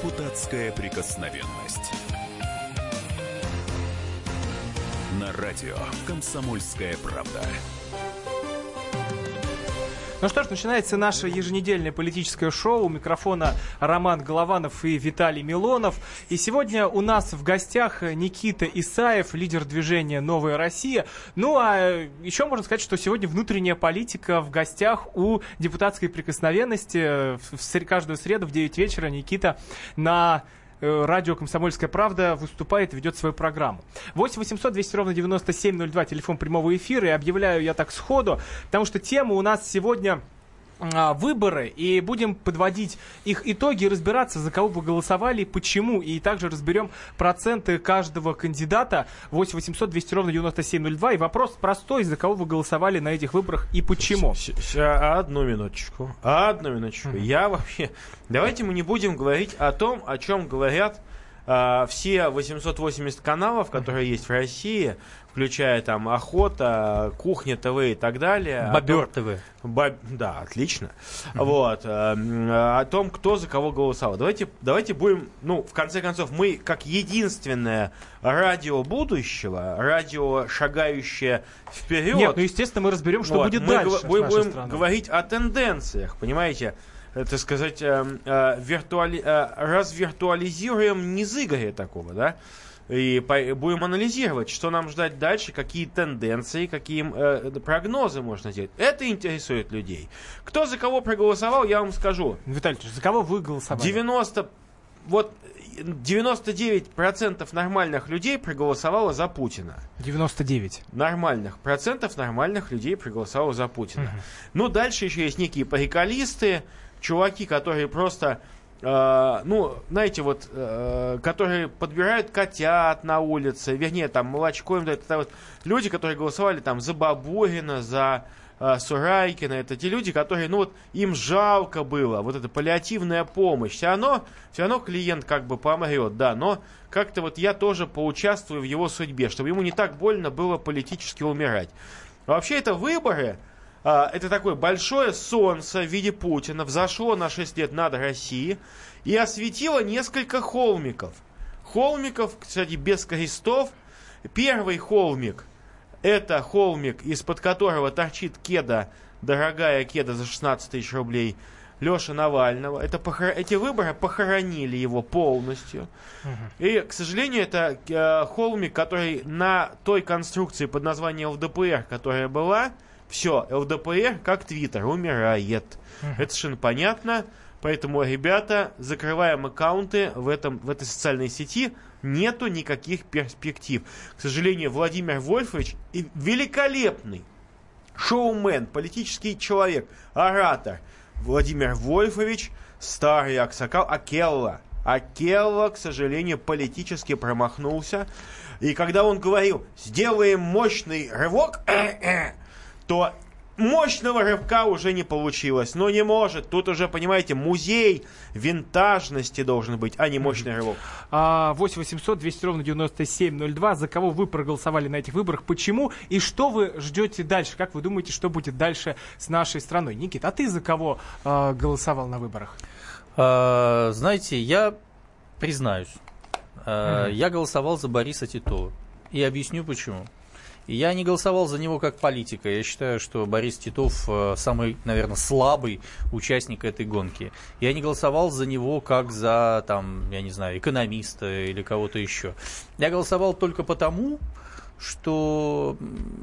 Депутатская прикосновенность. На радио «Комсомольская правда». Ну что ж, начинается наше еженедельное политическое шоу. У микрофона Роман Голованов и Виталий Милонов. И сегодня у нас в гостях Никита Исаев, лидер движения «Новая Россия». Ну а еще можно сказать, что сегодня внутренняя политика в гостях у депутатской прикосновенности. Каждую среду в 9 вечера Никита на радио «Комсомольская правда» выступает и ведет свою программу. 8 800 200 ровно 9702, телефон прямого эфира. И объявляю я так сходу, потому что тема у нас сегодня выборы, и будем подводить их итоги, разбираться, за кого вы голосовали, почему, и также разберем проценты каждого кандидата. 8 800 200 ровно 9702. И вопрос простой: за кого вы голосовали на этих выборах и почему? Одну минуточку. Я вообще... Давайте мы не будем говорить о том, о чем говорят все 880 каналов, которые есть в России, включая там Охота, Кухня ТВ и так далее. Бобер ТВ. Да, отлично. Вот. О том, кто за кого голосовал. Давайте будем, в конце концов, мы как единственное радио будущего, радио, шагающее вперед. Нет, естественно, мы разберем, что будет дальше. Мы будем говорить о тенденциях, понимаете? Это сказать, развиртуализируем низыгоря такого, да? И будем анализировать, что нам ждать дальше, какие тенденции, какие прогнозы можно сделать. Это интересует людей. Кто за кого проголосовал, я вам скажу. Виталий, за кого вы голосовали? 99% нормальных людей проголосовало за Путина. 99. Нормальных людей проголосовало за Путина. Дальше еще есть некие приколисты, чуваки, которые просто, которые подбирают котят на улице, вернее, там, молочко им дают. Это вот люди, которые голосовали там за Бабурина, за Сурайкина. Это те люди, которые, им жалко было, вот эта паллиативная помощь. Все равно клиент как бы помрет, да, но как-то я тоже поучаствую в его судьбе, чтобы ему не так больно было политически умирать. Вообще, это выборы. Это такое большое солнце в виде Путина взошло на 6 лет над Россией и осветило несколько холмиков. Холмиков, кстати, без крестов. Первый холмик — это холмик, из-под которого торчит кеда, дорогая кеда за 16 тысяч рублей Леши Навального. Эти выборы похоронили его полностью. И, к сожалению, это холмик, который на той конструкции под названием ЛДПР, которая была... Все, ЛДПР, как Твиттер, умирает. Это совершенно понятно. Поэтому, ребята, закрываем аккаунты в этой социальной сети. Нету никаких перспектив. К сожалению, Владимир Вольфович великолепный шоумен, политический человек, оратор. Владимир Вольфович, старый аксакал, Акелла, к сожалению, политически промахнулся. И когда он говорил: сделаем мощный рывок, то мощного рывка уже не получилось. Но не может. Тут уже, понимаете, музей винтажности должен быть, а не мощный рывок. 8 800 200 ровно 9702. За кого вы проголосовали на этих выборах? Почему? И что вы ждете дальше? Как вы думаете, что будет дальше с нашей страной? Никит, а ты за кого голосовал на выборах? Знаете, я признаюсь. Я голосовал за Бориса Титова. И объясню почему. Я не голосовал за него как политика. Я считаю, что Борис Титов самый, наверное, слабый участник этой гонки. Я не голосовал за него как за, экономиста или кого-то еще. Я голосовал только потому, что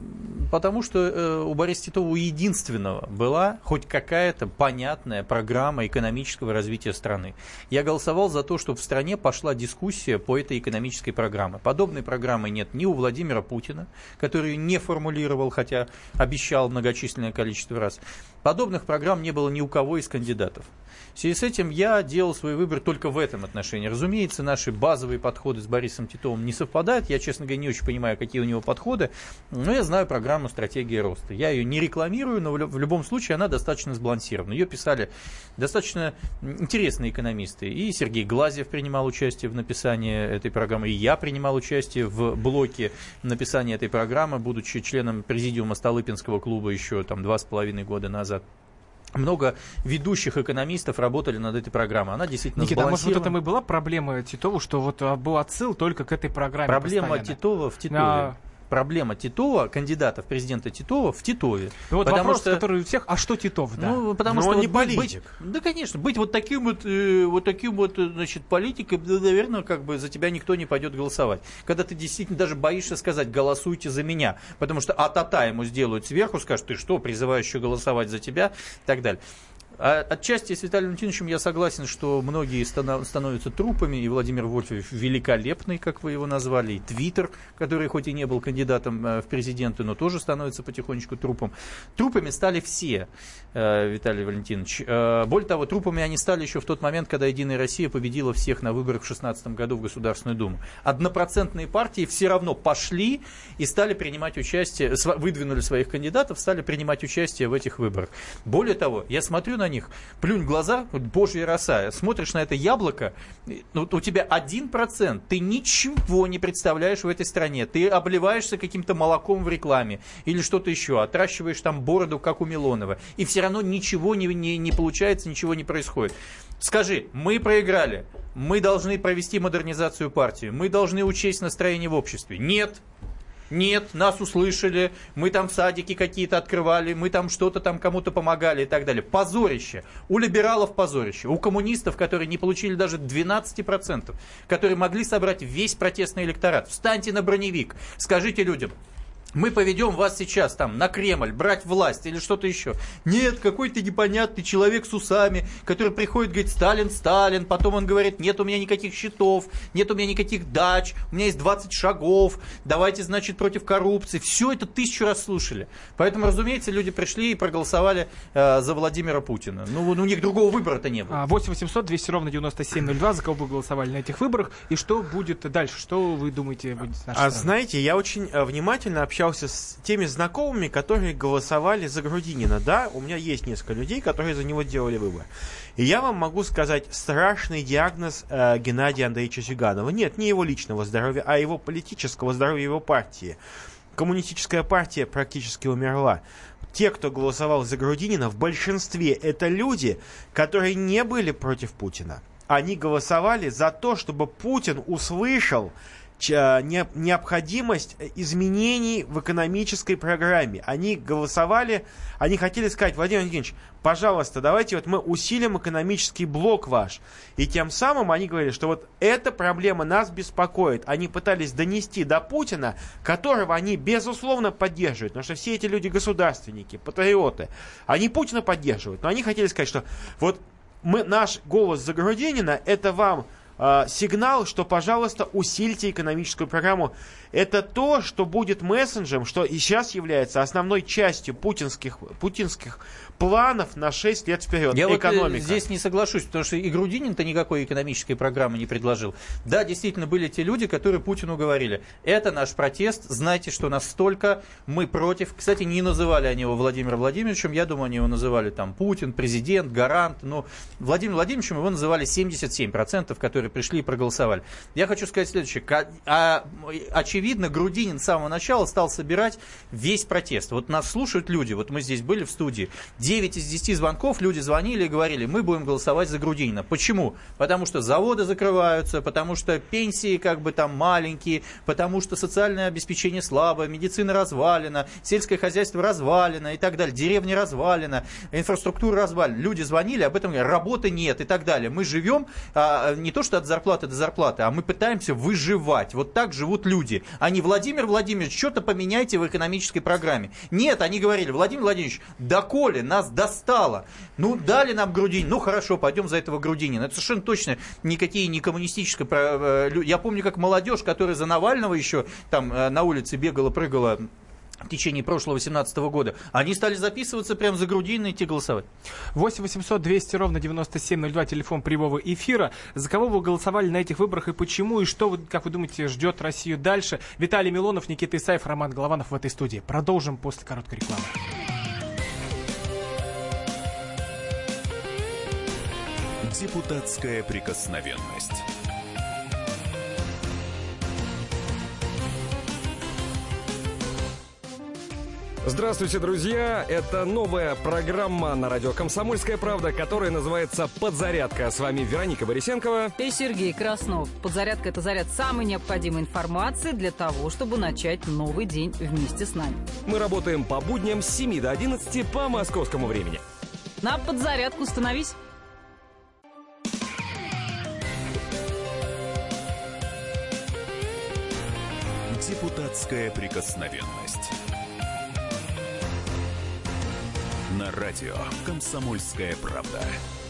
у Бориса Титова у единственного была хоть какая-то понятная программа экономического развития страны. Я голосовал за то, чтобы в стране пошла дискуссия по этой экономической программе. Подобной программы нет ни у Владимира Путина, который не формулировал, хотя обещал многочисленное количество раз. Подобных программ не было ни у кого из кандидатов. В связи с этим я делал свой выбор только в этом отношении. Разумеется, наши базовые подходы с Борисом Титовым не совпадают. Я, честно говоря, не очень понимаю, какие у него подходы, но я знаю программу «Стратегия роста». Я ее не рекламирую, но в любом случае она достаточно сбалансирована. Ее писали достаточно интересные экономисты. И Сергей Глазьев принимал участие в написании этой программы, и я принимал участие в блоке написания этой программы, будучи членом президиума Столыпинского клуба еще 2,5 года назад. много ведущих экономистов работали над этой программой. Она действительно Никита, а может, вот сбалансирована. это и была проблема Титова, что вот был отсыл только к этой программе? Проблема постоянно? Титова в Титове. Проблема Титова, кандидата в президенты Титова в Титове. Ну, вот потому вопрос, что, который у всех, а что Титов, да? Ну, потому Но что он вот не политик. да, конечно, быть вот таким вот, значит, политиком, да, наверное, как бы за тебя никто не пойдет голосовать. Когда ты действительно даже боишься сказать, голосуйте за меня, потому что а-та-та ему сделают сверху, скажут, ты что, призываешь еще голосовать за тебя, и так далее. Отчасти с Виталием Валентиновичем я согласен, что многие становятся трупами, и Владимир Вольфович великолепный, как вы его назвали, и Твиттер, который хоть и не был кандидатом в президенты, но тоже становится потихонечку трупом. Трупами стали все, Виталий Валентинович. Более того, трупами они стали еще в тот момент, когда «Единая Россия» победила всех на выборах в 2016 году в Государственную Думу. Однопроцентные партии все равно пошли и стали принимать участие, выдвинули своих кандидатов, стали принимать участие в этих выборах. Более того, я смотрю на них, плюнь в глаза, вот божья роса, смотришь на это яблоко, вот у тебя 1%, ты ничего не представляешь в этой стране, ты обливаешься каким-то молоком в рекламе или что-то еще, отращиваешь там бороду, как у Милонова, и все равно ничего не получается, ничего не происходит. Скажи, мы проиграли, мы должны провести модернизацию партии, мы должны учесть настроение в обществе. Нет, нас услышали, мы там садики какие-то открывали, мы там что-то там кому-то помогали и так далее. Позорище. У либералов позорище. У коммунистов, которые не получили даже 12%, которые могли собрать весь протестный электорат. Встаньте на броневик, скажите людям, мы поведем вас сейчас там на Кремль, брать власть или что-то еще. Нет, какой-то непонятный человек с усами, который приходит, говорит, Сталин, Сталин. Потом он говорит, нет у меня никаких счетов, нет у меня никаких дач, у меня есть 20 шагов, давайте, значит, против коррупции. Все это 1000 раз слушали. Поэтому, разумеется, люди пришли и проголосовали за Владимира Путина. Ну, у них другого выбора-то не было. 8 800 200 ровно 9702. За кого вы голосовали на этих выборах? И что будет дальше? Что вы думаете будет с нашей страной? Знаете, я очень внимательно общался с теми знакомыми, которые голосовали за Грудинина. Да, у меня есть несколько людей, которые за него делали выбор. И я вам могу сказать страшный диагноз Геннадия Андреевича Зюганова. Нет, не его личного здоровья, а его политического здоровья его партии. Коммунистическая партия практически умерла. Те, кто голосовал за Грудинина, в большинстве это люди, которые не были против Путина. Они голосовали за то, чтобы Путин услышал необходимость изменений в экономической программе. Они голосовали, они хотели сказать, Владимир Владимирович, пожалуйста, давайте вот мы усилим экономический блок ваш. И тем самым они говорили, что вот эта проблема нас беспокоит. Они пытались донести до Путина, которого они безусловно поддерживают, потому что все эти люди государственники, патриоты, они Путина поддерживают. Но они хотели сказать, что вот наш голос за Грудинина, это вам сигнал, что, пожалуйста, усильте экономическую программу. Это то, что будет мессенджером, что и сейчас является основной частью путинских планов на 6 лет вперед. Я экономика. Вот здесь не соглашусь, потому что и Грудинин-то никакой экономической программы не предложил. Да, действительно, были те люди, которые Путину говорили, это наш протест, знайте, что нас столько, мы против. Кстати, не называли они его Владимиром Владимировичем, я думаю, они его называли там Путин, президент, гарант, но Владимиром Владимировичем его называли 77%, которые пришли и проголосовали. Я хочу сказать следующее. Очевидно, Грудинин с самого начала стал собирать весь протест. Вот нас слушают люди, вот мы здесь были в студии, 9 из 10 звонков люди звонили и говорили, мы будем голосовать за Грудинина. Почему? Потому что заводы закрываются, потому что пенсии как бы там маленькие, потому что социальное обеспечение слабое, медицина развалена, сельское хозяйство развалено и так далее, деревня развалена, инфраструктура развалена. Люди звонили, об этом говорят, работы нет и так далее. Мы живем не то что от зарплаты до зарплаты, а мы пытаемся выживать. Вот так живут люди. Они, Владимир Владимирович, что-то поменяйте в экономической программе. Нет, они говорили, Владимир Владимирович, доколе нас достало. Ну, дали нам Грудинин, ну хорошо, пойдем за этого Грудинина. Это совершенно точно никакие не коммунистические... Я помню, как молодежь, которая за Навального еще там на улице бегала, прыгала в течение прошлого 2018 года, они стали записываться прямо за Грудинина и идти голосовать. 8 800 200 ровно 9702, телефон прямого эфира. За кого вы голосовали на этих выборах и почему? И что, как вы думаете, ждет Россию дальше? Виталий Милонов, Никита Исаев, Роман Голованов в этой студии. Продолжим после короткой рекламы. Депутатская прикосновенность. Здравствуйте, друзья! Это новая программа на радио «Комсомольская правда», которая называется «Подзарядка». С вами Вероника Борисенкова и Сергей Краснов. Подзарядка – это заряд самой необходимой информации для того, чтобы начать новый день вместе с нами. Мы работаем по будням с 7 до 11 по московскому времени. На подзарядку становись. Депутатская прикосновенность. На радио «Комсомольская правда».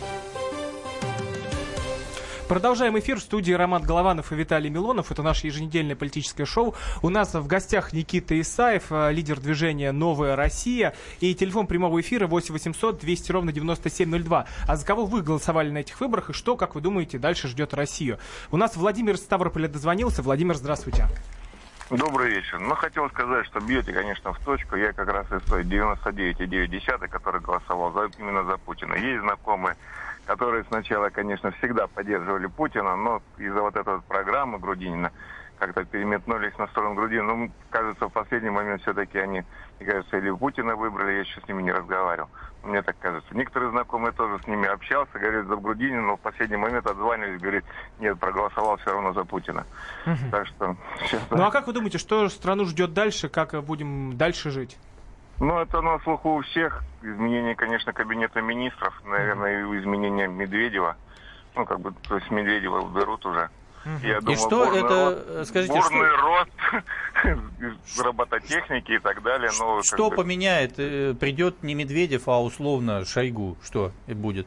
Продолжаем эфир в студии Роман Голованов и Виталий Милонов. Это наше еженедельное политическое шоу. У нас в гостях Никита Исаев, лидер движения «Новая Россия». И телефон прямого эфира 8 800 200 ровно 9702. А за кого вы голосовали на этих выборах и что, как вы думаете, дальше ждет Россию? У нас Владимир из Ставрополя дозвонился. Владимир, здравствуйте. Добрый вечер. Хотел сказать, что бьете, конечно, в точку. Я как раз из той 99,9, который голосовал именно за Путина. Есть знакомые, которые сначала, конечно, всегда поддерживали Путина, но из-за вот этой вот программы Грудинина как-то переметнулись на сторону Грудинина. Кажется, в последний момент все-таки они, мне кажется, или Путина выбрали, я еще с ними не разговаривал. Мне так кажется. Некоторые знакомые тоже с ними общался, говорят, за Грудинина, но в последний момент отзванивались, говорит, нет, проголосовал все равно за Путина. Так что... Ну а как вы думаете, что страну ждет дальше, как будем дальше жить? Это на слуху у всех. Изменение, конечно, кабинета министров, наверное, и изменение Медведева. То есть Медведева уберут уже. Я думаю, и что это, скажите, бурный рост робототехники и так далее. Что поменяет? Придет не Медведев, а условно Шойгу. Что будет?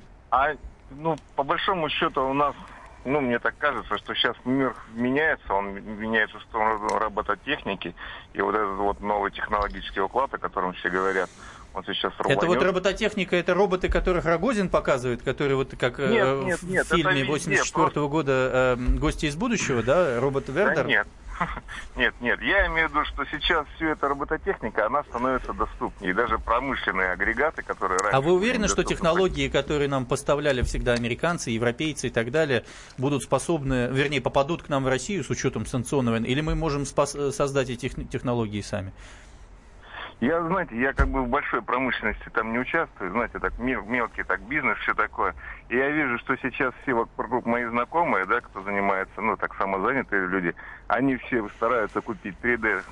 По большому счету у нас, мне так кажется, что сейчас мир меняется, он меняется в сторону робототехники, и вот этот вот новый технологический уклад, о котором все говорят, он сейчас рванет. Это вот робототехника, это роботы, которых Рогозин показывает, которые вот как нет, в фильме 84 года «Гости из будущего», да, робот Вердер? Да нет, я имею в виду, что сейчас все эта робототехника, она становится доступнее, и даже промышленные агрегаты, которые раньше... А вы уверены, что технологии, которые нам поставляли всегда американцы, европейцы и так далее, будут способны, попадут к нам в Россию с учетом санкционного, или мы можем создать эти технологии сами? Я в большой промышленности там не участвую, так мелкий бизнес, все такое. И я вижу, что сейчас все вокруг мои знакомые, да, кто занимается, самозанятые люди, они все стараются купить 3D,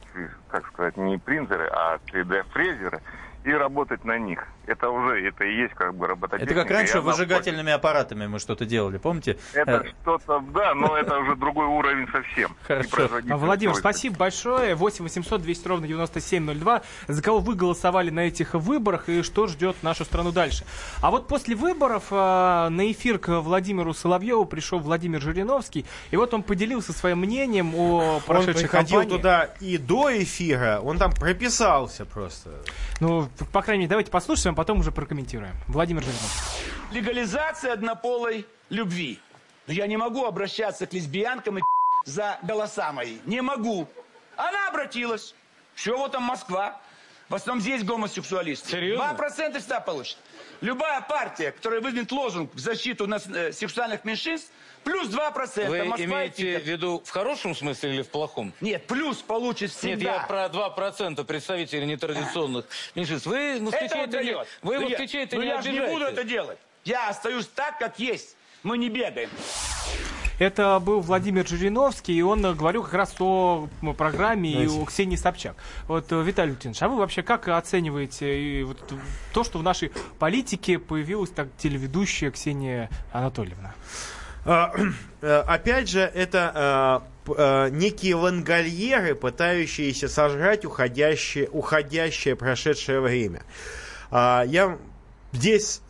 не принтеры, а 3D-фрезеры и работать на них. Это и есть робототехника. Это как раньше выжигательными аппаратами мы что-то делали, помните? Это что-то, да, но это уже другой уровень совсем. Хорошо. Владимир, спасибо большое. 8 800 200 ровно 9702. За кого вы голосовали на этих выборах и что ждет нашу страну дальше? А вот после выборов на эфир к Владимиру Соловьеву пришел Владимир Жириновский, и вот он поделился своим мнением о прошедшей кампании. Он приходил туда и до эфира, он там прописался просто. По крайней мере, давайте послушаем, а потом уже прокомментируем. Владимир Жириновский. Легализация однополой любви. Но я не могу обращаться к лесбиянкам и за голоса мои. Не могу. Она обратилась. Все, вот там Москва. В основном здесь гомосексуалисты. Серьезно? 2% всегда получит. Любая партия, которая выдвинет лозунг в защиту сексуальных меньшинств, плюс 2%. Вы Москва имеете в виду в хорошем смысле или в плохом? Нет, плюс получит всегда. Нет, я про 2% представителей нетрадиционных меньшинств. Вы москвичей это не обижаете. Я же не буду это делать. Я остаюсь так, как есть. Мы не бегаем. Это был Владимир Жириновский, и он говорил как раз о программе и о Ксении Собчак. Виталий Лютинович, а вы вообще как оцениваете то, что в нашей политике появилась телеведущая Ксения Анатольевна? Опять же, это некие лангольеры, пытающиеся сожрать уходящее прошедшее время. Я здесь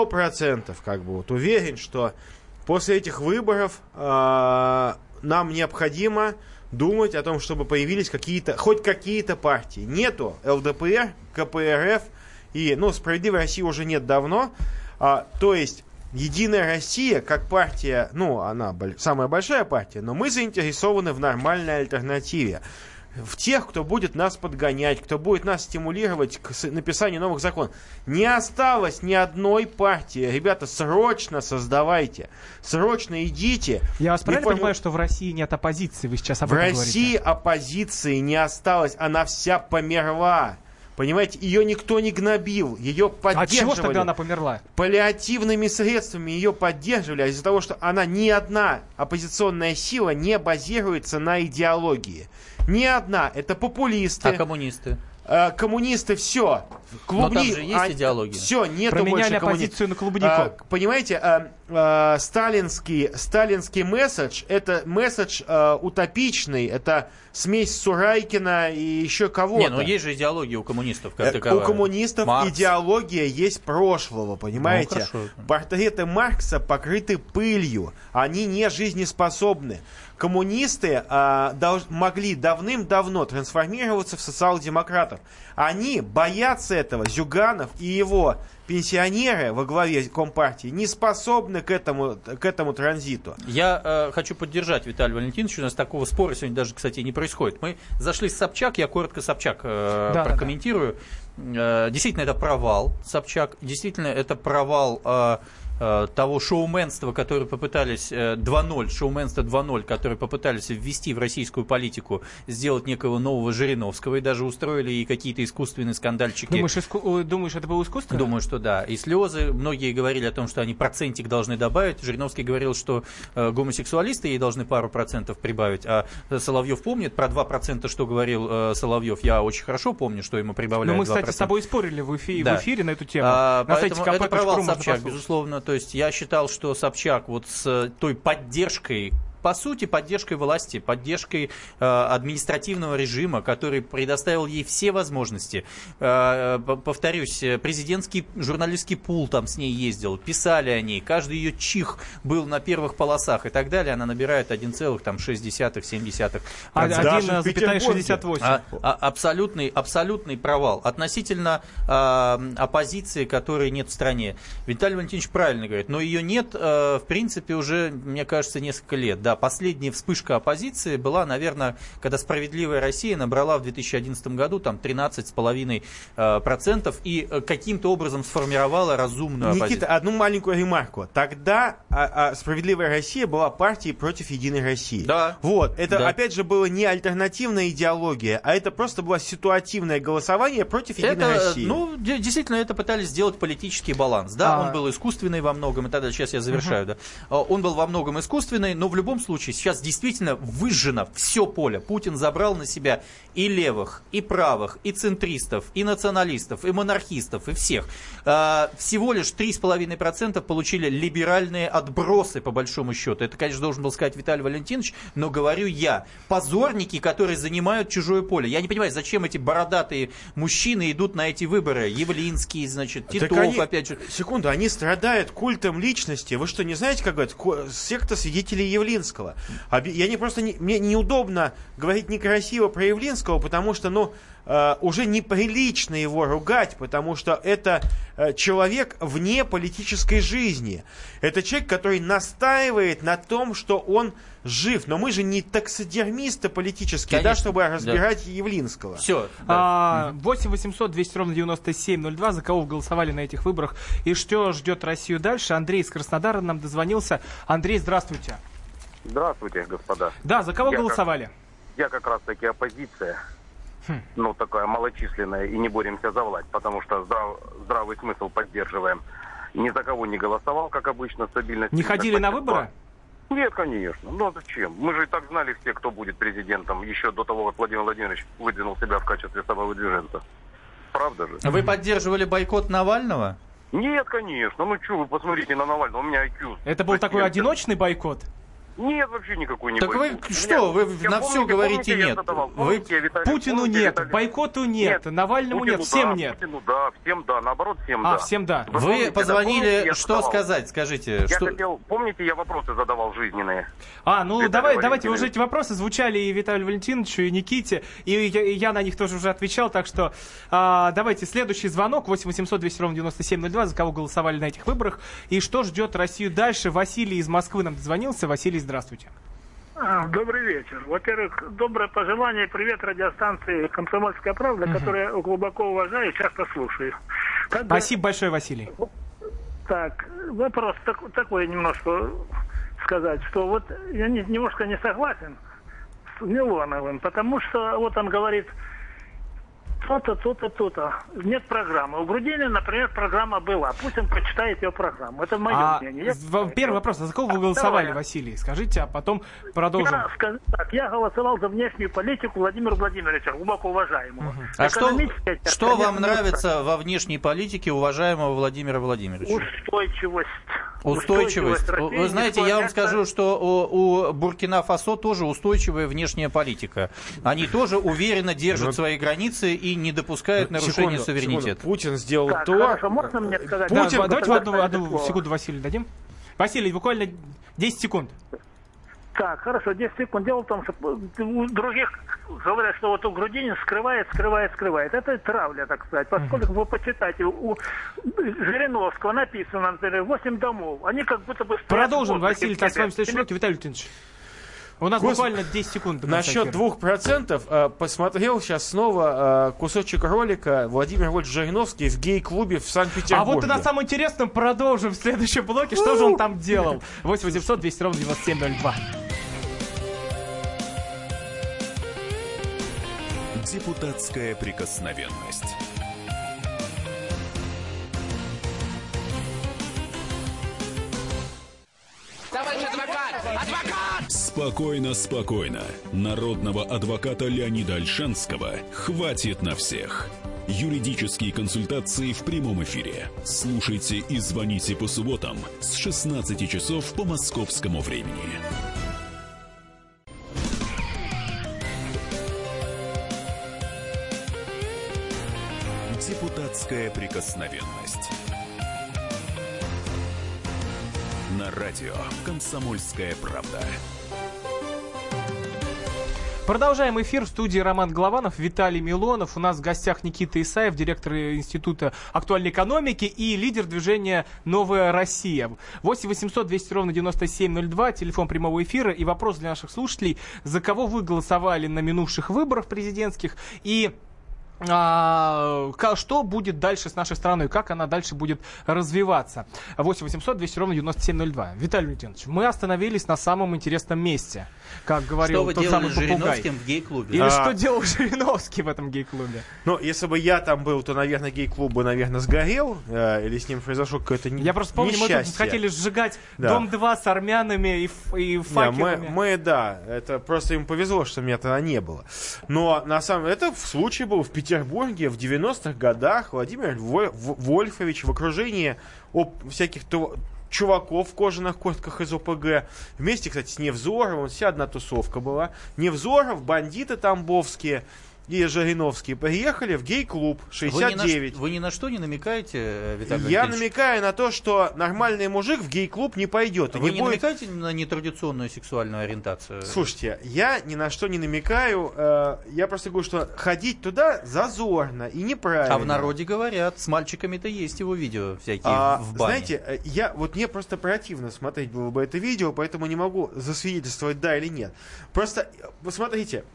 100% уверен, что после этих выборов нам необходимо думать о том, чтобы появились хоть какие-то партии. Нету ЛДПР, КПРФ и, «Справедливой России» уже нет давно. То есть Единая Россия, как партия, она самая большая партия, но мы заинтересованы в нормальной альтернативе. В тех, кто будет нас подгонять, кто будет нас стимулировать к написанию новых законов. Не осталось ни одной партии. Ребята, срочно создавайте. Срочно идите. Я вас правильно понимаю, что в России нет оппозиции? Вы сейчас об этом говорите? В России оппозиции не осталось. Она вся померла. Понимаете, ее никто не гнобил, ее поддерживали. От чего тогда она померла? Паллиативными средствами ее поддерживали, а из-за того, что она ни одна оппозиционная сила не базируется на идеологии. Ни одна. Это популисты. А коммунисты? Коммунисты, все. Но там же есть идеология. Все, нету Променяли больше оппозицию на клубнику. Понимаете, сталинский месседж, это месседж утопичный, это смесь Сурайкина и еще кого-то. Не, но есть же идеология у коммунистов, как таковая. У коммунистов Маркс. Идеология есть прошлого, понимаете? Ну, портреты Маркса покрыты пылью, они не жизнеспособны. Коммунисты могли давным-давно трансформироваться в социал-демократов. Они боятся этого. Зюганов и его пенсионеры во главе Компартии не способны к этому транзиту. Я хочу поддержать Виталия Валентиновича. У нас такого спора сегодня даже, кстати, не происходит. Мы зашли с Собчак, я коротко Собчак прокомментирую. Действительно, это провал Собчак. Действительно, это провал того шоуменства, которое попытались 2.0, шоуменство 2.0, которое попытались ввести в российскую политику, сделать некого нового Жириновского, и даже устроили и какие-то искусственные скандальчики. Думаешь, это было искусственно? Думаю, что да. И слезы. Многие говорили о том, что они процентик должны добавить. Жириновский говорил, что гомосексуалисты ей должны пару процентов прибавить. А Соловьев помнит про 2%, что говорил Соловьев. Я очень хорошо помню, что ему прибавляют 2%. Но мы, кстати, с тобой спорили в эфире на эту тему. Поэтому это провал Собчак, безусловно. То есть я считал, что Собчак вот с той поддержкой, по сути, поддержкой власти, поддержкой административного режима, который предоставил ей все возможности. Повторюсь, президентский журналистский пул там с ней ездил, писали о ней, каждый ее чих был на первых полосах и так далее. Она набирает 1,6-1,7%. 1,68. Абсолютный провал. Относительно оппозиции, которой нет в стране. Виталий Валентинович правильно говорит, но ее нет, в принципе, уже, мне кажется, несколько лет. Да, последняя вспышка оппозиции была, наверное, когда «Справедливая Россия» набрала в 2011 году там 13,5% и каким-то образом сформировала разумную оппозицию. Никита, одну маленькую ремарку. Тогда «Справедливая Россия» была партией против «Единой России». Да. Вот. Это, опять же, была не альтернативная идеология, а это просто было ситуативное голосование против «Единой России». Ну, действительно, это пытались сделать политический баланс. Да, он был искусственный во многом, и тогда сейчас я завершаю. Да. Он был во многом искусственный, но в любом случае сейчас действительно выжжено все поле. Путин забрал на себя и левых, и правых, и центристов, и националистов, и монархистов, и всех. Всего лишь 3,5% получили либеральные отбросы, по большому счету. Это, конечно, должен был сказать Виталий Валентинович, но говорю я. Позорники, которые занимают чужое поле. Я не понимаю, зачем эти бородатые мужчины идут на эти выборы. Явлинский, значит, Титов, опять же. Секунду, они страдают культом личности. Вы что, не знаете, как говорят? Секта свидетелей Явлинского. Мне неудобно говорить некрасиво про Явлинского, потому что, уже неприлично его ругать, потому что это человек вне политической жизни. Это человек, который настаивает на том, что он жив. Но мы же не таксодермисты политические, конечно, да, чтобы разбирать Явлинского. Все. 8 800 200 ровно 9702. За кого вы голосовали на этих выборах и что ждет Россию дальше? Андрей из Краснодара нам дозвонился. Андрей, здравствуйте. Здравствуйте, господа. Да, за кого голосовали? Я как раз таки оппозиция. Такая малочисленная, и не боремся за власть, потому что здравый смысл поддерживаем. Ни за кого не голосовал, как обычно, стабильность. Не ходили на выборы? Нет, конечно. Зачем? Мы же и так знали все, кто будет президентом, еще до того, как Владимир Владимирович выдвинул себя в качестве самовыдвиженца. Правда же? Вы поддерживали бойкот Навального? Нет, конечно. Вы посмотрите на Навального, у меня IQ. Это был такой одиночный бойкот? Нет, вообще никакой не бойкот. Так вы что, вы на все говорите нет? Путину нет, бойкоту нет, Навальному нет, всем нет. Путину да, всем да, наоборот всем да. Всем да. Вы позвонили, что сказать, скажите. Я хотел, помните, я вопросы задавал жизненные. Давайте, уже эти вопросы звучали и Виталию Валентиновичу, и Никите, и я на них тоже уже отвечал, так что давайте следующий звонок, 8 800 200 ровно 9702, за кого голосовали на этих выборах, и что ждет Россию дальше. Василий из Москвы нам дозвонился. Василий, здравствуйте. Добрый вечер. Во-первых, доброе пожелание, привет радиостанции «Комсомольская правда», которую я глубоко уважаю и часто слушаю. Спасибо большое, Василий. Так, вопрос такой немножко сказать, что вот я немножко не согласен с Милоновым, потому что вот он говорит, то-то. Нет программы. У Грудинина, например, программа была. Пусть он почитает ее программу. Это мое мнение. Первый вопрос. За кого вы голосовали, Василий? Скажите, а потом продолжим. Я голосовал за внешнюю политику Владимира Владимировича, глубоко уважаемого. А что вам нравится во внешней политике уважаемого Владимира Владимировича? Устойчивость. Вы знаете, я вам скажу, что у Буркина-Фасо тоже устойчивая внешняя политика. Они тоже уверенно держат свои границы и не допускают нарушения суверенитета. Путин сделал то... Хорошо, можно мне сказать? Давайте одну секунду Василию дадим. Василий, буквально 10 секунд. Так, хорошо, 10 секунд. Дело в том, что у других говорят, что вот у Грудинина скрывает. Это травля, так сказать. Поскольку вы почитаете, у Жириновского написано, например, 8 домов. Они как будто бы... Продолжим, Василий, так с вами в следующем уроке. Виталий Леонидович. У нас буквально 10 секунд. Насчет 2% посмотрел сейчас снова кусочек ролика Владимир Вольфович Жириновский в гей-клубе в Санкт-Петербурге. А вот и на самом интересном продолжим в следующем блоке. Что же он там делал? 8 800 200 ровно 9702. Депутатская прикосновенность. Товарищ адвокат! Адвокат! Спокойно. Народного адвоката Леонида Ольшанского хватит на всех. Юридические консультации в прямом эфире. Слушайте и звоните по субботам с 16 часов по московскому времени. Депутатская прикосновенность. На радио «Комсомольская правда». Продолжаем эфир. В студии Роман Голованов, Виталий Милонов. У нас в гостях Никита Исаев, директор Института актуальной экономики и лидер движения «Новая Россия». 8 800 200 ровно 9702, телефон прямого эфира. И вопрос для наших слушателей. За кого вы голосовали на минувших выборах президентских? И что будет дальше с нашей страной, как она дальше будет развиваться. 8 800 200 ровно 9702. Виталий Леонидович, мы остановились на самом интересном месте, как говорил тот самый попугай. Что вы делали с Жириновским в гей-клубе? Или что делал Жириновский в этом гей-клубе? Ну, если бы я там был, то, наверное, гей-клуб бы, наверное, сгорел, или с ним произошло какое-то несчастье. Я просто помню, мы тут хотели сжигать Дом 2 с армянами и факелами. Да, это просто им повезло, что меня тогда не было. Но, на самом деле, это в случае был в Петербурге в 90-х годах. Владимир Вольфович в окружении всяких чуваков в кожаных куртках из ОПГ. Вместе, кстати, с Невзоровым. Вся одна тусовка была. Невзоров, бандиты тамбовские и Жириновские приехали в гей-клуб 69. Вы ни на что не намекаете, Виталий Я Валентинович? намекаю на то, что нормальный мужик в гей-клуб не пойдет. Вы не намекаете на нетрадиционную сексуальную ориентацию? Слушайте, я ни на что не намекаю. Я просто говорю, что ходить туда зазорно и неправильно. А в народе говорят, с мальчиками-то есть его видео всякие в бане. Знаете, мне просто противно смотреть было бы это видео, поэтому не могу засвидетельствовать, да или нет. Просто, посмотрите,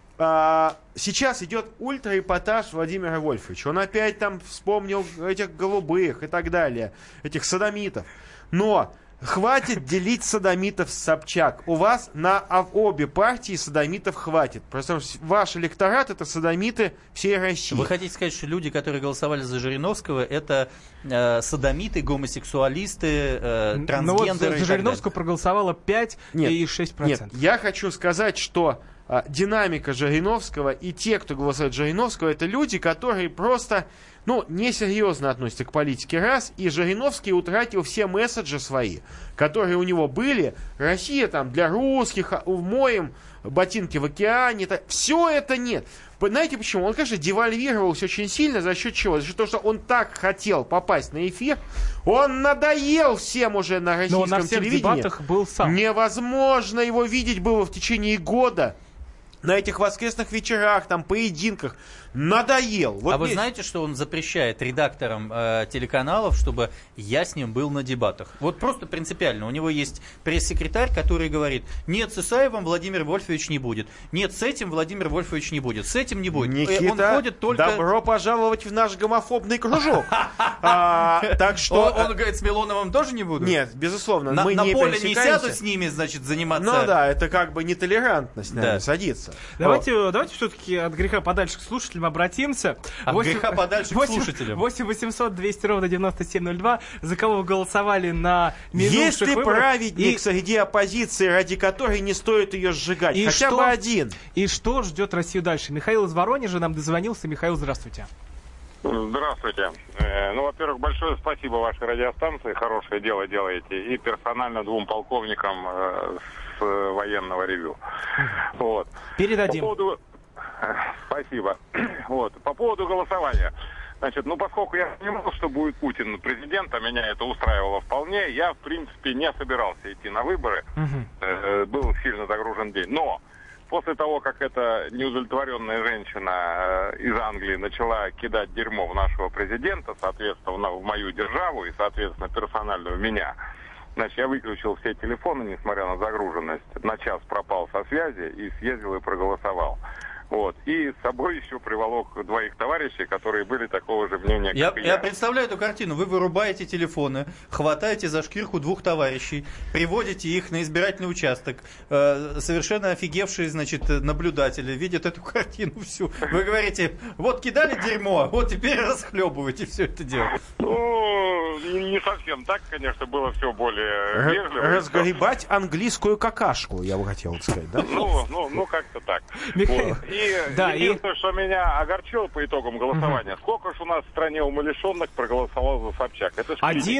сейчас идет ультрарепортаж Владимира Вольфовича. Он опять там вспомнил этих голубых и так далее, этих содомитов. Но хватит делить содомитов с Собчак. У вас на обе партии содомитов хватит. Просто ваш электорат — это содомиты всей России. Вы хотите сказать, что люди, которые голосовали за Жириновского, это содомиты, гомосексуалисты, трансгендеры? Ну вот за Жириновского проголосовало 5,6%. Нет, я хочу сказать, что динамика Жириновского и те, кто голосует за Жириновского, это люди, которые просто, несерьезно относятся к политике, раз, и Жириновский утратил все месседжи свои, которые у него были. Россия там для русских, умоем ботинки в океане, все это нет. Знаете почему? Он, конечно, девальвировался очень сильно. За счет чего? За счет того, что он так хотел попасть на эфир. Он надоел всем уже на российском телевидении. Но на всех дебатах был сам. Невозможно его видеть было в течение года. На этих воскресных вечерах, поединках. Надоел. Вы знаете, что он запрещает редакторам телеканалов, чтобы я с ним был на дебатах? Вот просто принципиально. У него есть пресс-секретарь, который говорит: нет, с Исаевым Владимир Вольфович не будет. Нет, с этим Владимир Вольфович не будет. С этим не будет. Никита, он ходит только... добро пожаловать в наш гомофобный кружок. Так что... Он говорит, с Милоновым тоже не буду? Нет, безусловно. На мы не поле не сяду с ними, значит, заниматься... Ну да, это как бы нетолерантность, наверное, садится. нравится. Давайте все-таки от греха подальше к слушателям обратимся. От греха подальше к слушателям. 8 800 200 ровно 9702. За кого вы голосовали на минувших Есть ли выборах? праведник среди оппозиции, ради которой не стоит ее сжигать? И Хотя бы один. И что ждет Россию дальше? Михаил из Воронежа нам дозвонился. Михаил, здравствуйте. Здравствуйте. Ну, во-первых, большое спасибо вашей радиостанции. Хорошее дело делаете. И персонально 2 полковникам с военного ревью. Вот. Передадим. Спасибо. Вот. По поводу голосования. Значит, поскольку я понимал, что будет Путин президентом, меня это устраивало вполне, я, в принципе, не собирался идти на выборы. Был сильно загружен день. Но после того, как эта неудовлетворенная женщина из Англии начала кидать дерьмо в нашего президента, соответственно, в мою державу и, соответственно, персонально в меня, значит, я выключил все телефоны, несмотря на загруженность, на час пропал со связи и съездил и проголосовал. Вот. И с собой еще приволок 2 товарищей, которые были такого же мнения, как и я. Я представляю эту картину. Вы вырубаете телефоны, хватаете за шкирку 2 товарищей, приводите их на избирательный участок. Совершенно офигевшие, значит, наблюдатели видят эту картину всю. Вы говорите, вот кидали дерьмо, вот теперь расхлебывайте все это дело. Ну, не совсем так, конечно, было все более вежливо. Разгребать английскую какашку, я бы хотел сказать, да? Ну, как-то так. Вот. Единственное, что меня огорчило по итогам голосования, сколько ж у нас в стране умалишенных проголосовало за Собчак? Это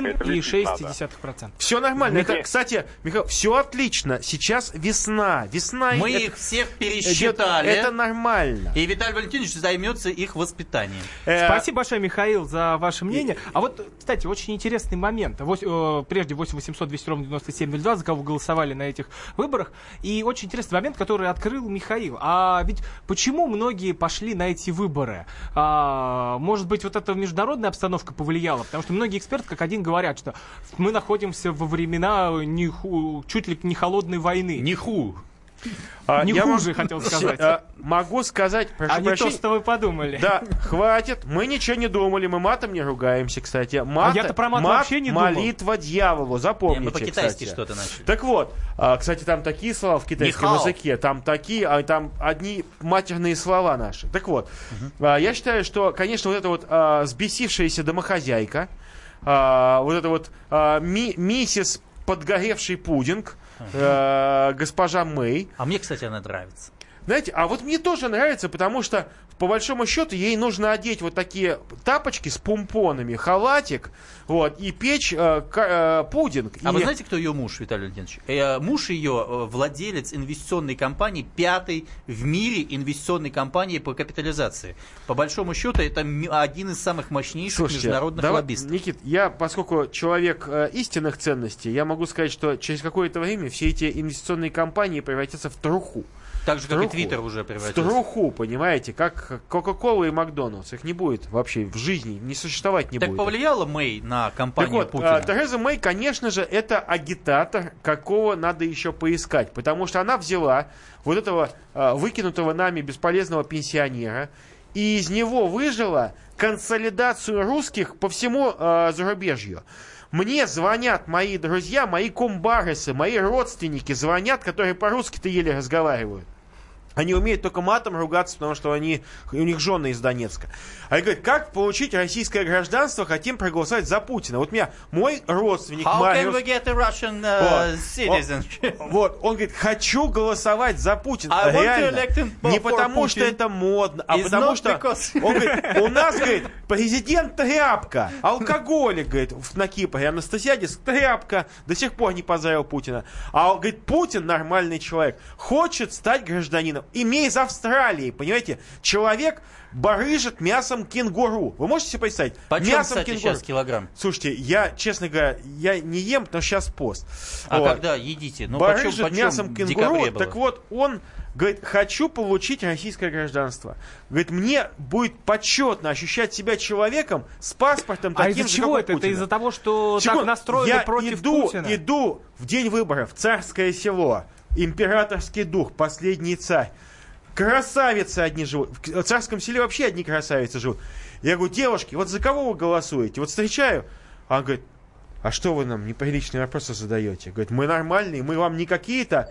1,6%. Все нормально. Это, кстати, Михаил, все отлично. Сейчас весна. Мы их всех пересчитали. Это нормально. И Виталий Валентинович займется их воспитанием. Спасибо большое, Михаил, за ваше мнение. А вот, кстати, очень интересный момент. Прежде 8 800 200 ровно 9702, за кого вы голосовали на этих выборах. И очень интересный момент, который открыл Михаил. А ведь почему многие пошли на эти выборы? Может быть, вот эта международная обстановка повлияла? Потому что многие эксперты, как один, говорят, что мы находимся во времена чуть ли не холодной войны. Не хуже, хотел сказать. Могу сказать, прошу прощения. Не то, что вы подумали. Да, хватит. Мы ничего не думали, мы матом не ругаемся, кстати. Я-то про мат вообще не думал. Молитва дьяволу, запомните. Мы по-китайски что-то начали. Так вот, кстати, там такие слова в китайском языке, там там одни матерные слова наши. Так вот, я считаю, что, конечно, вот эта вот взбесившаяся домохозяйка, вот эта вот миссис подгоревший пудинг, госпожа Мэй. А мне, кстати, она нравится. Знаете, а вот мне тоже нравится, потому что, по большому счету, ей нужно одеть вот такие тапочки с помпонами, халатик, вот, и печь пудинг. Вы знаете, кто ее муж, Виталий Валентинович? Муж ее владелец инвестиционной компании, 5-й в мире инвестиционной компании по капитализации. По большому счету, это один из самых мощнейших международных лоббистов. Никит, я, поскольку человек истинных ценностей, я могу сказать, что через какое-то время все эти инвестиционные компании превратятся в труху. Так же, как и Твиттер уже превратился. В труху, понимаете, как Кока-Кола и Макдональдс. Их не будет вообще в жизни, не существовать не будет. Так повлияла Мэй на кампанию Путина? Тереза Мэй, конечно же, это агитатор, какого надо еще поискать. Потому что она взяла вот этого выкинутого нами бесполезного пенсионера и из него выжила консолидацию русских по всему зарубежью. Мне звонят мои друзья, мои комбаресы, мои родственники звонят, которые по-русски-то еле разговаривают. Они умеют только матом ругаться, потому что у них жены из Донецка. Они говорят, как получить российское гражданство, хотим проголосовать за Путина. Вот у меня мой родственник Мариус... How can we get a Russian citizenship? Вот, он говорит, хочу голосовать за Путина. Реально. Не потому, что это модно, а потому что... Он говорит, у нас, говорит, президент тряпка, алкоголик, говорит, на Кипре, Анастасиадис тряпка, до сих пор не позорил Путина. А он говорит, Путин нормальный человек, хочет стать гражданином. Имей из Австралии, понимаете, человек барыжит мясом кенгуру. Вы можете себе представить? Почем, мясом кстати, кенгуру. Сейчас килограмм? Слушайте, я, честно говоря, я не ем, потому что сейчас пост. А вот. Когда едите? Ну, барыжит мясом кенгуру, так вот, он говорит, хочу получить российское гражданство. Говорит, мне будет почетно ощущать себя человеком с паспортом таким же, как у Путина. Это из-за того, что так настроены против Путина? Я иду в день выборов в Царское село. Императорский дух, последний царь. Красавицы одни живут. В Царском селе вообще одни красавицы живут. Я говорю, девушки, вот за кого вы голосуете? Вот встречаю, она говорит, а что вы нам неприличные вопросы задаете? Говорит, мы нормальные, мы вам не какие-то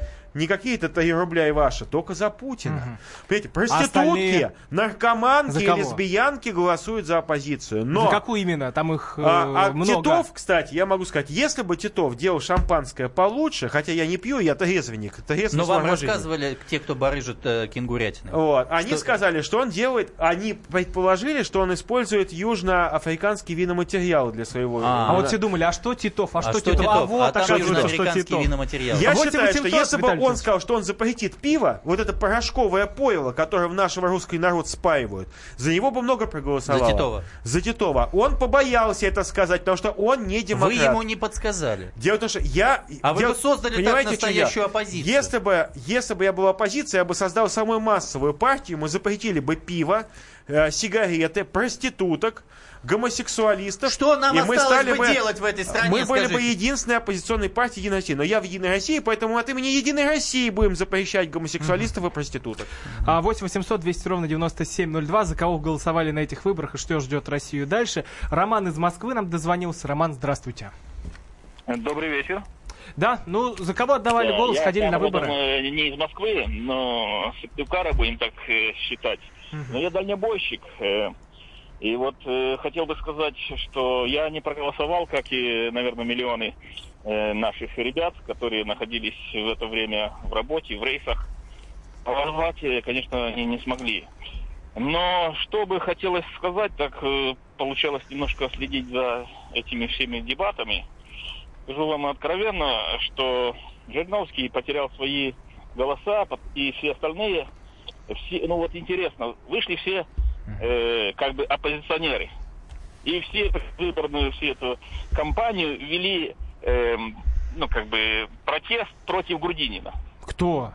3 рубля и ваши, только за Путина. Понимаете, проститутки, наркоманки и лесбиянки голосуют за оппозицию. Но за какую именно? Там их много. Титов, кстати, я могу сказать, если бы Титов делал шампанское получше, хотя я не пью, я трезвенник. Но вам рассказывали те, кто барыжит кенгурятины. Вот. Они сказали, что он делает, они предположили, что он использует южноафриканский виноматериал для своего... А вот все думали, а что Титов? А что Титов? А вот оказывается, что Титов. Я считаю, что если бы он сказал, что он запретит пиво, вот это порошковое пойло, которое в нашего русский народ спаивают, за него бы много проголосовало. За Титова. Он побоялся это сказать, потому что он не демократ. Вы ему не подсказали. Дело в том, что вы бы создали так настоящую оппозицию. Если бы я был оппозицией, я бы создал самую массовую партию, мы запретили бы пиво, сигареты, проституток, гомосексуалистов. Что нам осталось бы делать в этой стране? Мы были бы единственной оппозиционной партией Единой России. Но я в Единой России, поэтому от имени Единой России будем запрещать гомосексуалистов и проституток. 8 800 200 ровно 9702. За кого голосовали на этих выборах и что ждет Россию дальше? Роман из Москвы нам дозвонился. Роман, здравствуйте. Добрый вечер. Да, за кого отдавали голос, ходили на выборы? Я не из Москвы, но Сыктывкара, будем так считать. Но я дальнобойщик. И вот хотел бы сказать, что я не проголосовал, как и, наверное, миллионы наших ребят, которые находились в это время в работе, в рейсах. Голосовать, конечно, они не смогли. Но что бы хотелось сказать, так получалось немножко следить за этими всеми дебатами. Скажу вам откровенно, что Жириновский потерял свои голоса, и все остальные, интересно, вышли все как бы оппозиционеры. И все выборную всю эту кампанию вели протест против Грудинина. Кто?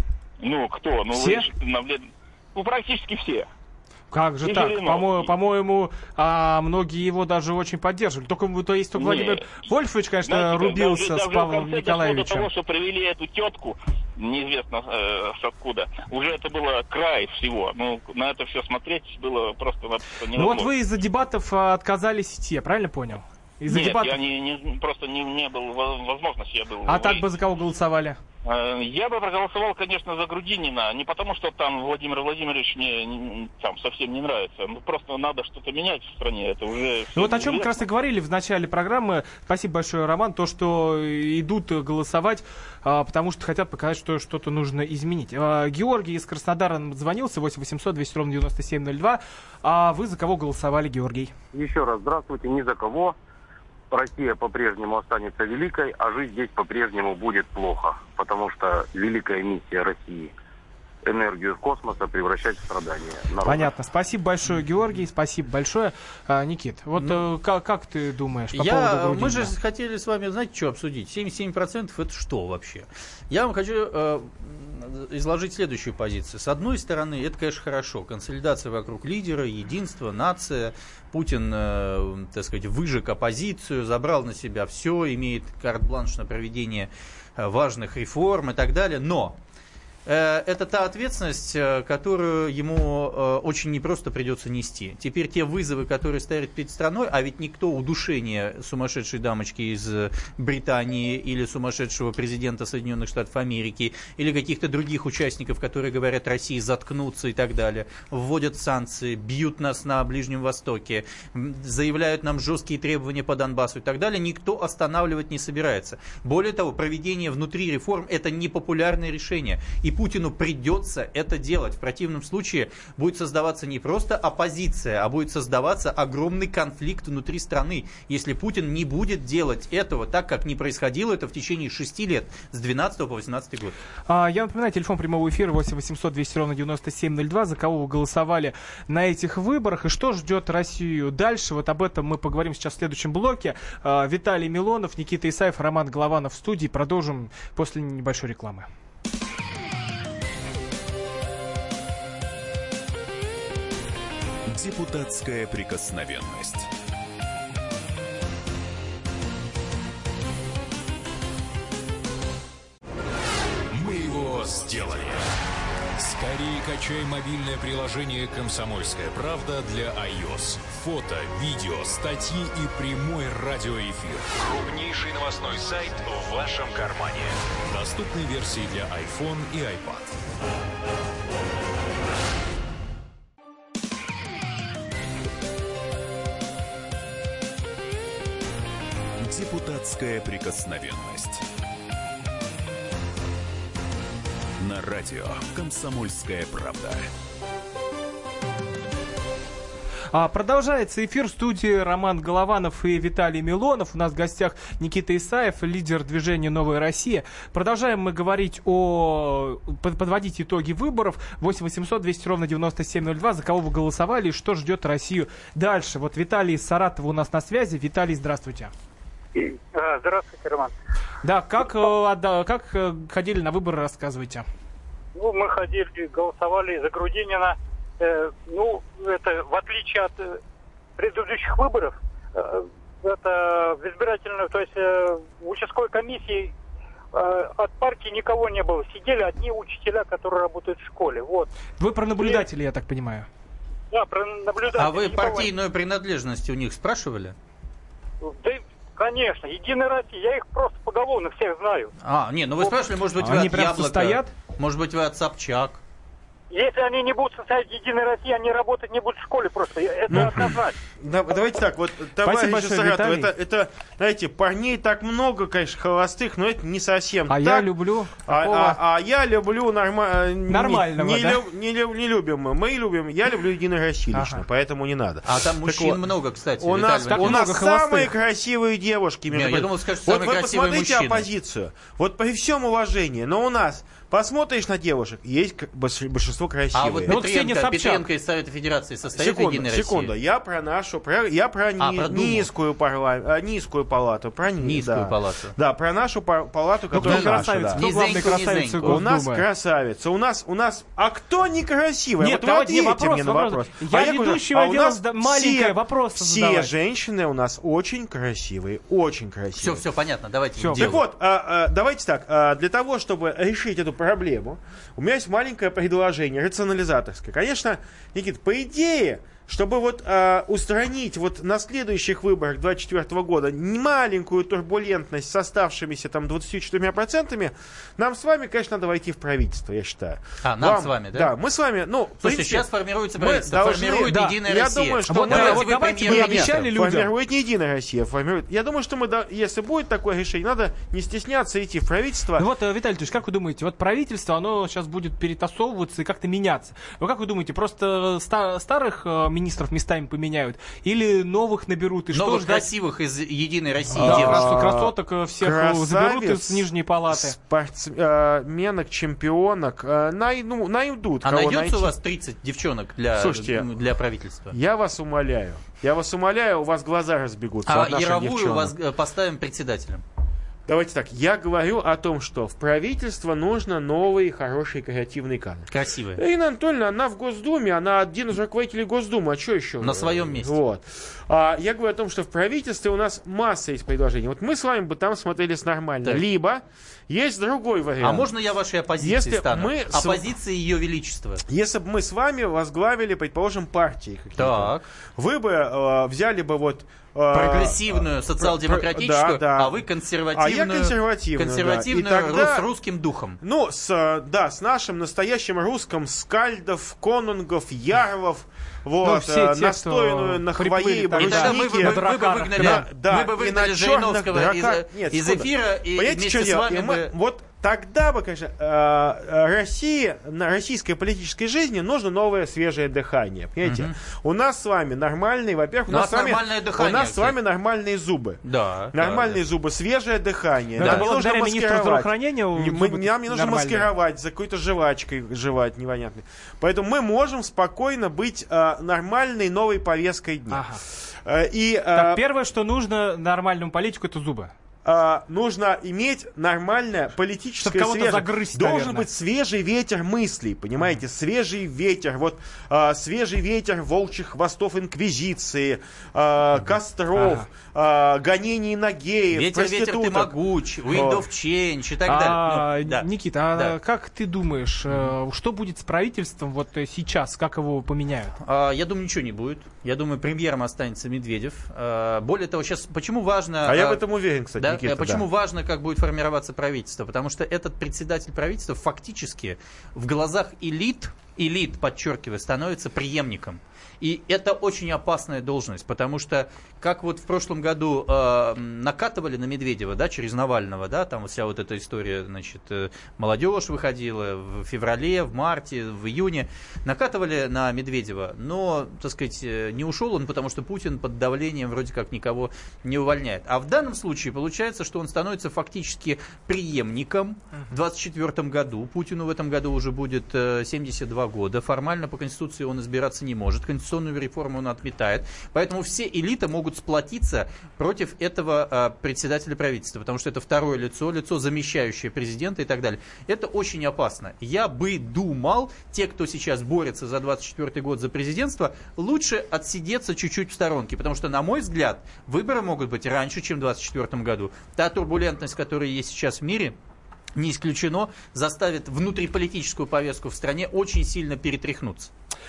Кто? Все? Практически все. Как же так? По-моему, многие его даже очень поддерживали. Только Владимир Вольфович, конечно, рубился с Павлом Николаевичем. До того, что привели эту тетку, неизвестно откуда, уже это было край всего. На это все смотреть было просто невозможно. Вот вы из-за дебатов отказались идти, я правильно понял? Из-за Нет, дебатов... я просто не было возможности. Так бы за кого голосовали? Я бы проголосовал, конечно, за Грудинина. Не потому, что там Владимир Владимирович мне совсем не нравится. Просто надо что-то менять в стране. Это уже... о чем мы как раз и говорили в начале программы. Спасибо большое, Роман. То, что идут голосовать, потому что хотят показать, что что-то нужно изменить. Георгий из Краснодара звонился. 8 800 200 ровно 9702. А вы за кого голосовали, Георгий? Еще раз здравствуйте. Ни за кого. Россия по-прежнему останется великой, а жить здесь по-прежнему будет плохо, потому что великая миссия России – энергию из космоса превращать в страдания народа. Понятно. Спасибо большое, Георгий, спасибо большое. Никит, как ты думаешь по поводу Грудинина? Мы же хотели с вами, знаете, что обсудить? 77% это что вообще? Я вам хочу изложить следующую позицию. С одной стороны, это, конечно, хорошо. Консолидация вокруг лидера, единство, нация. Путин, так сказать, выжег оппозицию, забрал на себя все, имеет карт-бланш на проведение важных реформ и так далее. Но это та ответственность, которую ему очень непросто придется нести. Теперь те вызовы, которые стоят перед страной, а ведь никто удушение сумасшедшей дамочки из Британии или сумасшедшего президента Соединенных Штатов Америки или каких-то других участников, которые говорят России заткнуться и так далее, вводят санкции, бьют нас на Ближнем Востоке, заявляют нам жесткие требования по Донбассу и так далее, никто останавливать не собирается. Более того, проведение внутри реформ – это непопулярное решение. И Путину придется это делать. В противном случае будет создаваться не просто оппозиция, а будет создаваться огромный конфликт внутри страны, если Путин не будет делать этого так, как не происходило это в течение 6 лет, с 12 по 18 год. Я напоминаю, телефон прямого эфира 8 800 200 ровно 9702. За кого вы голосовали на этих выборах и что ждет Россию дальше? Вот об этом мы поговорим сейчас в следующем блоке. Виталий Милонов, Никита Исаев, Роман Голованов в студии. Продолжим после небольшой рекламы. Депутатская прикосновенность. Мы его сделали. Скорее качай мобильное приложение «Комсомольская правда» для iOS. Фото, видео, статьи и прямой радиоэфир. Крупнейший новостной сайт в вашем кармане. Доступны версии для iPhone и iPad. Депутатская прикосновенность. На радио «Комсомольская правда». Продолжается эфир в студии Роман Голованов и Виталий Милонов. У нас в гостях Никита Исаев, лидер движения «Новая Россия». Продолжаем мы говорить подводить итоги выборов. 8 800 200 ровно 9702. За кого вы голосовали и что ждет Россию дальше? Вот Виталий из Саратова у нас на связи. Виталий, здравствуйте. Здравствуйте, Роман. Да, как ходили на выборы, рассказывайте. Ну, мы ходили, голосовали за Грудинина. Это в отличие от предыдущих выборов, это в избирательную, то есть в участковой комиссии от партии никого не было. Сидели одни учителя, которые работают в школе. Вот. Вы про наблюдателей, я так понимаю. Да, про наблюдателей. А вы партийную принадлежность у них спрашивали? Да, конечно. Единая Россия. Я их просто поголовно всех знаю. Вы спрашивали, может быть, вы они от прям Яблока, стоят? Может быть, вы от Собчак. Если они не будут состоять в Единой России, они работать не будут в школе просто. Это однозначно. Давайте так, вот, товарищи Саратова, это, знаете, парней так много, конечно, холостых, но это не совсем так. Я люблю я люблю нормального, не любим мы. Мы любим, я люблю Единую Россию лично, поэтому не надо. А там мужчин много, кстати. У нас самые красивые девушки. Я думал, скажете, самые красивые мужчины. Вот вы посмотрите оппозицию. Вот при всем уважении, но у нас посмотришь на девушек, есть большинство красивые. А вот Петренко из Совета Федерации состоит в Единой России? Секунду, я про низкую палату. Низкую палату. Да, про нашу палату, которая наша. Кто главный красавица Госдумы? У нас красавица. У нас... А кто некрасивый? Нет, вот вы ответьте мне на вопрос. Я ведущего делал маленькое вопрос. Все женщины у нас очень красивые. Очень красивые. Все понятно, давайте. Так вот, давайте так. Для того, чтобы решить эту проблему, у меня есть маленькое предложение, рационализаторское. Конечно, Никита, по идее, чтобы устранить на следующих выборах 2024 года маленькую турбулентность с оставшимися 24%, нам с вами, конечно, надо войти в правительство, я считаю. Нам с вами, да? Да, мы с вами, Слушайте, сейчас формируется правительство, формирует Единая Россия. Я думаю, что формирует не Единая Россия, я думаю, что если будет такое решение, надо не стесняться идти в правительство. Виталий Ильич, как вы думаете, правительство, оно сейчас будет перетасовываться и как-то меняться? Как вы думаете, просто старых министров местами поменяют или новых наберут? И новых что красивых из Единой России девушек. Красоток всех заберут из нижней палаты. Спортсменок, чемпионок найдут. А найдется у вас 30 девчонок для правительства? Я вас умоляю, у вас глаза разбегутся. А Яровую вас поставим председателем? Давайте так, я говорю о том, что в правительство нужно новый, хороший, креативный кадр. Красивый. Ирина Анатольевна, она в Госдуме, она один из руководителей Госдумы, а что еще? На своем месте. Вот. Я говорю о том, что в правительстве у нас масса есть предложений. Вот мы с вами бы там смотрелись нормально. Так. Либо есть другой вариант. А можно я вашей оппозицией стану? Оппозиции Ее Величества. Если бы мы с вами возглавили, предположим, партии какие-то, вы бы взяли бы прогрессивную, социал-демократическую, да. А вы консервативную. А я консервативную, да. С русским духом. С нашим настоящим русским скальдов, конунгов, ярлов, настоянную на хвое и брусники. Мы бы выгнали Жириновского из эфира и вместе с вами тогда бы, конечно, российской политической жизни нужно новое свежее дыхание. Понимаете? У нас с вами нормальные, во-первых, у нас с вами нормальные зубы. Да. Нормальные зубы, свежее дыхание. Это благодаря министру здравоохранения нам не нужно маскировать, за какой-то жвачкой жевать непонятной. Поэтому мы можем спокойно быть нормальной новой повесткой дня. Первое, что нужно нормальному политику, это зубы. нужно иметь нормальное политическое свежее. Должен быть свежий ветер мыслей, понимаете? Свежий ветер. Вот свежий ветер волчьих хвостов инквизиции, костров, гонений на геев, ветер, ты могуч, wind of change и так далее. Никита, как ты думаешь, что будет с правительством вот сейчас? Как его поменяют? Я думаю, ничего не будет. Я думаю, премьером останется Медведев. Более того, сейчас почему важно... я в этом уверен, кстати, Никита. Почему важно, как будет формироваться правительство? Потому что этот председатель правительства фактически в глазах элит, подчеркиваю, становится преемником. И это очень опасная должность, потому что, как вот в прошлом году накатывали на Медведева, да, через Навального, да, там вся вот эта история, значит, молодежь выходила в феврале, в марте, в июне, накатывали на Медведева, но, так сказать, не ушел он, потому что Путин под давлением вроде как никого не увольняет. А в данном случае получается, что он становится фактически преемником в 2024 году. Путину в этом году уже будет 72 года. Формально по Конституции он избираться не может. Конституционную реформу он отметает. Поэтому все элиты могут сплотиться против этого председателя правительства, потому что это второе лицо замещающее президента и так далее. Это очень опасно. Я бы думал, те, кто сейчас борется за 24 год за президентство, лучше отсидеться чуть-чуть в сторонке, потому что, на мой взгляд, выборы могут быть раньше, чем в 24 году. Та турбулентность, которая есть сейчас в мире, не исключено, заставит внутриполитическую повестку в стране очень сильно перетряхнуться.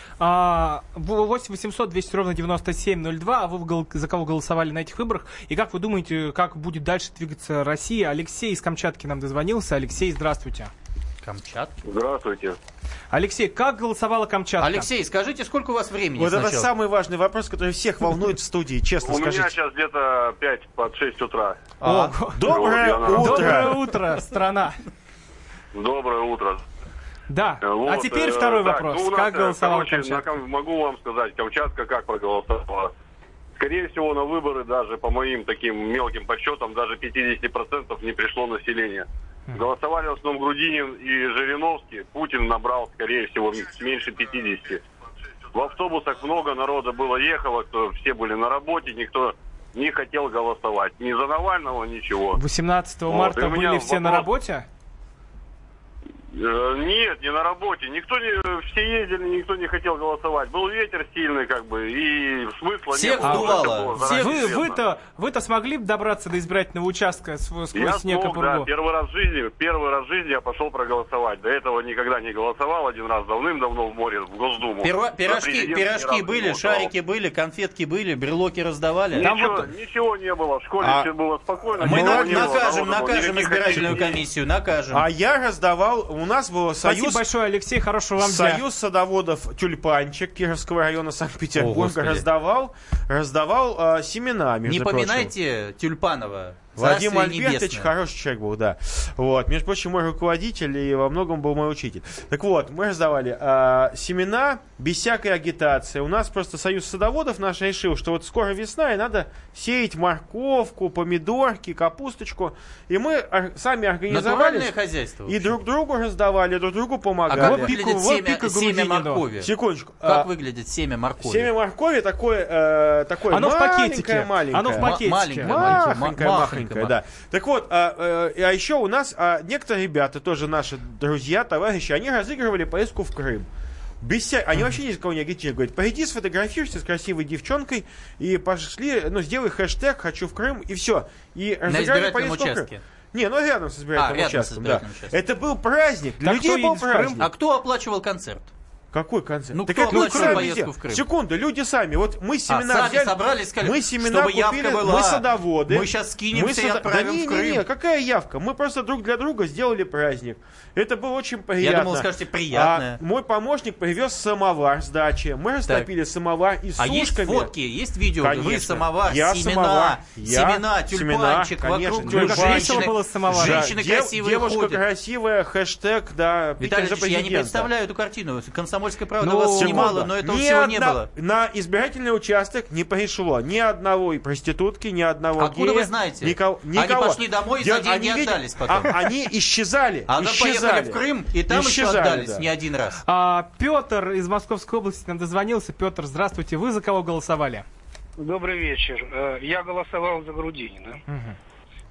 8 800 200 ровно 9702. А вы за кого голосовали на этих выборах? И как вы думаете, как будет дальше двигаться Россия? Алексей из Камчатки нам дозвонился. Алексей, здравствуйте. Камчатки? Здравствуйте. Алексей, как голосовала Камчатка? Алексей, скажите, сколько у вас времени Вот сначала? это самый важный вопрос, который всех волнует в студии, честно скажите. У меня сейчас где-то 5-6 утра. Доброе утро, страна. Доброе утро. Да, а теперь второй вопрос. Как голосовала Камчатка? Могу вам сказать, Камчатка как проголосовала. Скорее всего, на выборы даже, по моим таким мелким подсчетам, даже 50% не пришло население. Голосовали в основном Грудинин и Жириновский. Путин набрал, скорее всего, меньше 50. В автобусах много народа было, ехало, все были на работе, никто не хотел голосовать. Ни за Навального, ничего. 18 марта были все на работе? Нет, не на работе. Все ездили, никто не хотел голосовать. Был ветер сильный, и смысла всех не было. Вы-то смогли добраться до избирательного участка сквозь снег и пургу? Да, первый раз в жизни я пошел проголосовать. До этого никогда не голосовал. Один раз давным-давно в море, в Госдуму. Пирожки были, шарики были, конфетки были, брелоки раздавали. Ничего не было. В школе все было спокойно. Мы накажем избирательную комиссию, накажем. А я раздавал... У нас был союз... Спасибо большое, Алексей, хорошего вам дня. Союз садоводов «Тюльпанчик» Кировского района Санкт-Петербурга раздавал семена, между прочим. Не поминайте Тюльпанова. Владимир Альбертович хороший человек был, да. Вот. Между прочим, мой руководитель и во многом был мой учитель. Так вот, мы раздавали семена без всякой агитации. У нас просто союз садоводов наш решил, что вот скоро весна, и надо сеять морковку, помидорки, капусточку. И мы сами организовались. Натуральное хозяйство. И друг другу раздавали, друг другу помогали. А как выглядит семя моркови? Секундочку. Как выглядит семя моркови? Семя моркови такое оно в пакетике. Маленькое. Оно в пакетике. Махонькое. Да. Так вот, а еще у нас некоторые ребята, тоже наши друзья, товарищи, они разыгрывали поездку в Крым. Они вообще ни за кого не агитируют. Говорят, пойди сфотографируйся с красивой девчонкой и пошли, сделай хэштег «Хочу в Крым» и все. И разыграли поездку в Крым. Не, рядом с избирательным участком. Да. Это был праздник. Для людей был праздник. А кто оплачивал концерт? Какой концерт? Кто оплачивал поездку в Крым? Секунду, люди сами. Вот мы семена взяли, собрались, сказали, мы семена купили, мы садоводы. Мы сейчас скинемся и отправим в Крым. Какая явка? Мы просто друг для друга сделали праздник. Это было очень приятно. Я думал, скажете, приятно. Мой помощник привез самовар с дачи. Мы растопили самовар и с сушками. Есть фотки, есть видео? Конечно. Вы самовар, семена, тюльпанчик, вокруг весело было с самоваром. Женщины красивые ходят. Девушка красивая, хэштег, да, Виталий Ильич, я не представляю эту картину. «Комсомольская правда» вас снимала, но этого всего не было. На избирательный участок не пришло ни одного проститутки, ни одного гея. Откуда вы знаете? Никого. Они пошли домой и за деньги отдались потом. Они исчезали. Поехали в Крым, и там еще отдались не один раз. Петр из Московской области нам дозвонился. Петр, здравствуйте. Вы за кого голосовали? Добрый вечер. Я голосовал за Грудинина.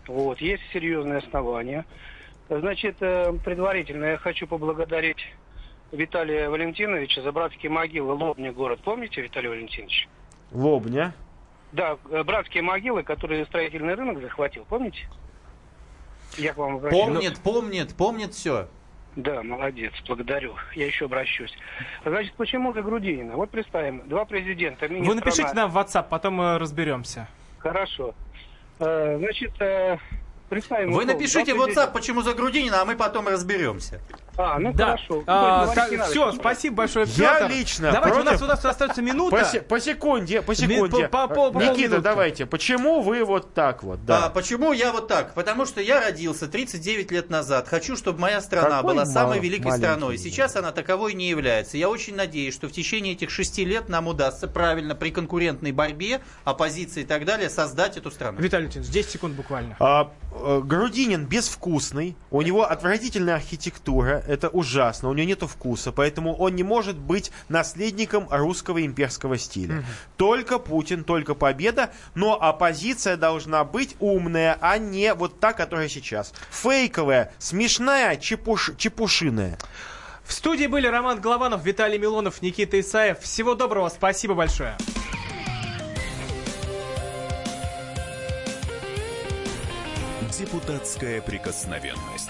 Вот, есть серьезные основания. Значит, предварительно я хочу поблагодарить Виталия Валентиновича за братские могилы Лобня, город. Помните, Виталий Валентинович? Лобня? Да, братские могилы, которые строительный рынок захватил, помните? Я к вам обращаюсь. Помнит все. Да, молодец, благодарю. Я еще обращусь. Значит, почему за Грудинина? Вот представим, два президента. Вы напишите нам в WhatsApp, потом мы разберемся. Хорошо. Значит, представим... Вы напишите в WhatsApp, почему за Грудинина, а мы потом разберемся. Да. Хорошо. Все, спасибо большое, Петр. Я лично Давайте, против... у нас остается минута. По секунде. Никита, давайте. Почему вы вот так вот? Да. Почему я вот так? Потому что я родился 39 лет назад. Хочу, чтобы моя страна была самой великой страной. Сейчас она таковой не является. Я очень надеюсь, что в течение этих 6 лет нам удастся правильно при конкурентной борьбе, оппозиции и так далее создать эту страну. Виталий Леонидович, 10 секунд буквально. Грудинин безвкусный, у него отвратительная архитектура, это ужасно, у него нету вкуса, поэтому он не может быть наследником русского имперского стиля. Только Путин, только победа, но оппозиция должна быть умная, а не вот та, которая сейчас. Фейковая, смешная, чепушиная. В студии были Роман Голованов, Виталий Милонов, Никита Исаев. Всего доброго, спасибо большое. Депутатская прикосновенность.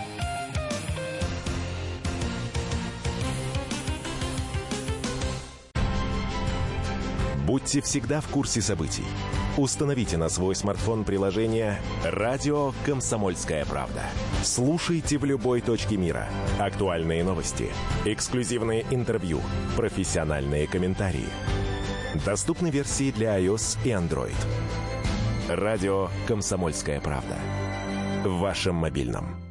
Будьте всегда в курсе событий. Установите на свой смартфон приложение «Радио Комсомольская правда». Слушайте в любой точке мира. Актуальные новости, эксклюзивные интервью, профессиональные комментарии. Доступны версии для iOS и Android. «Радио Комсомольская правда». В вашем мобильном.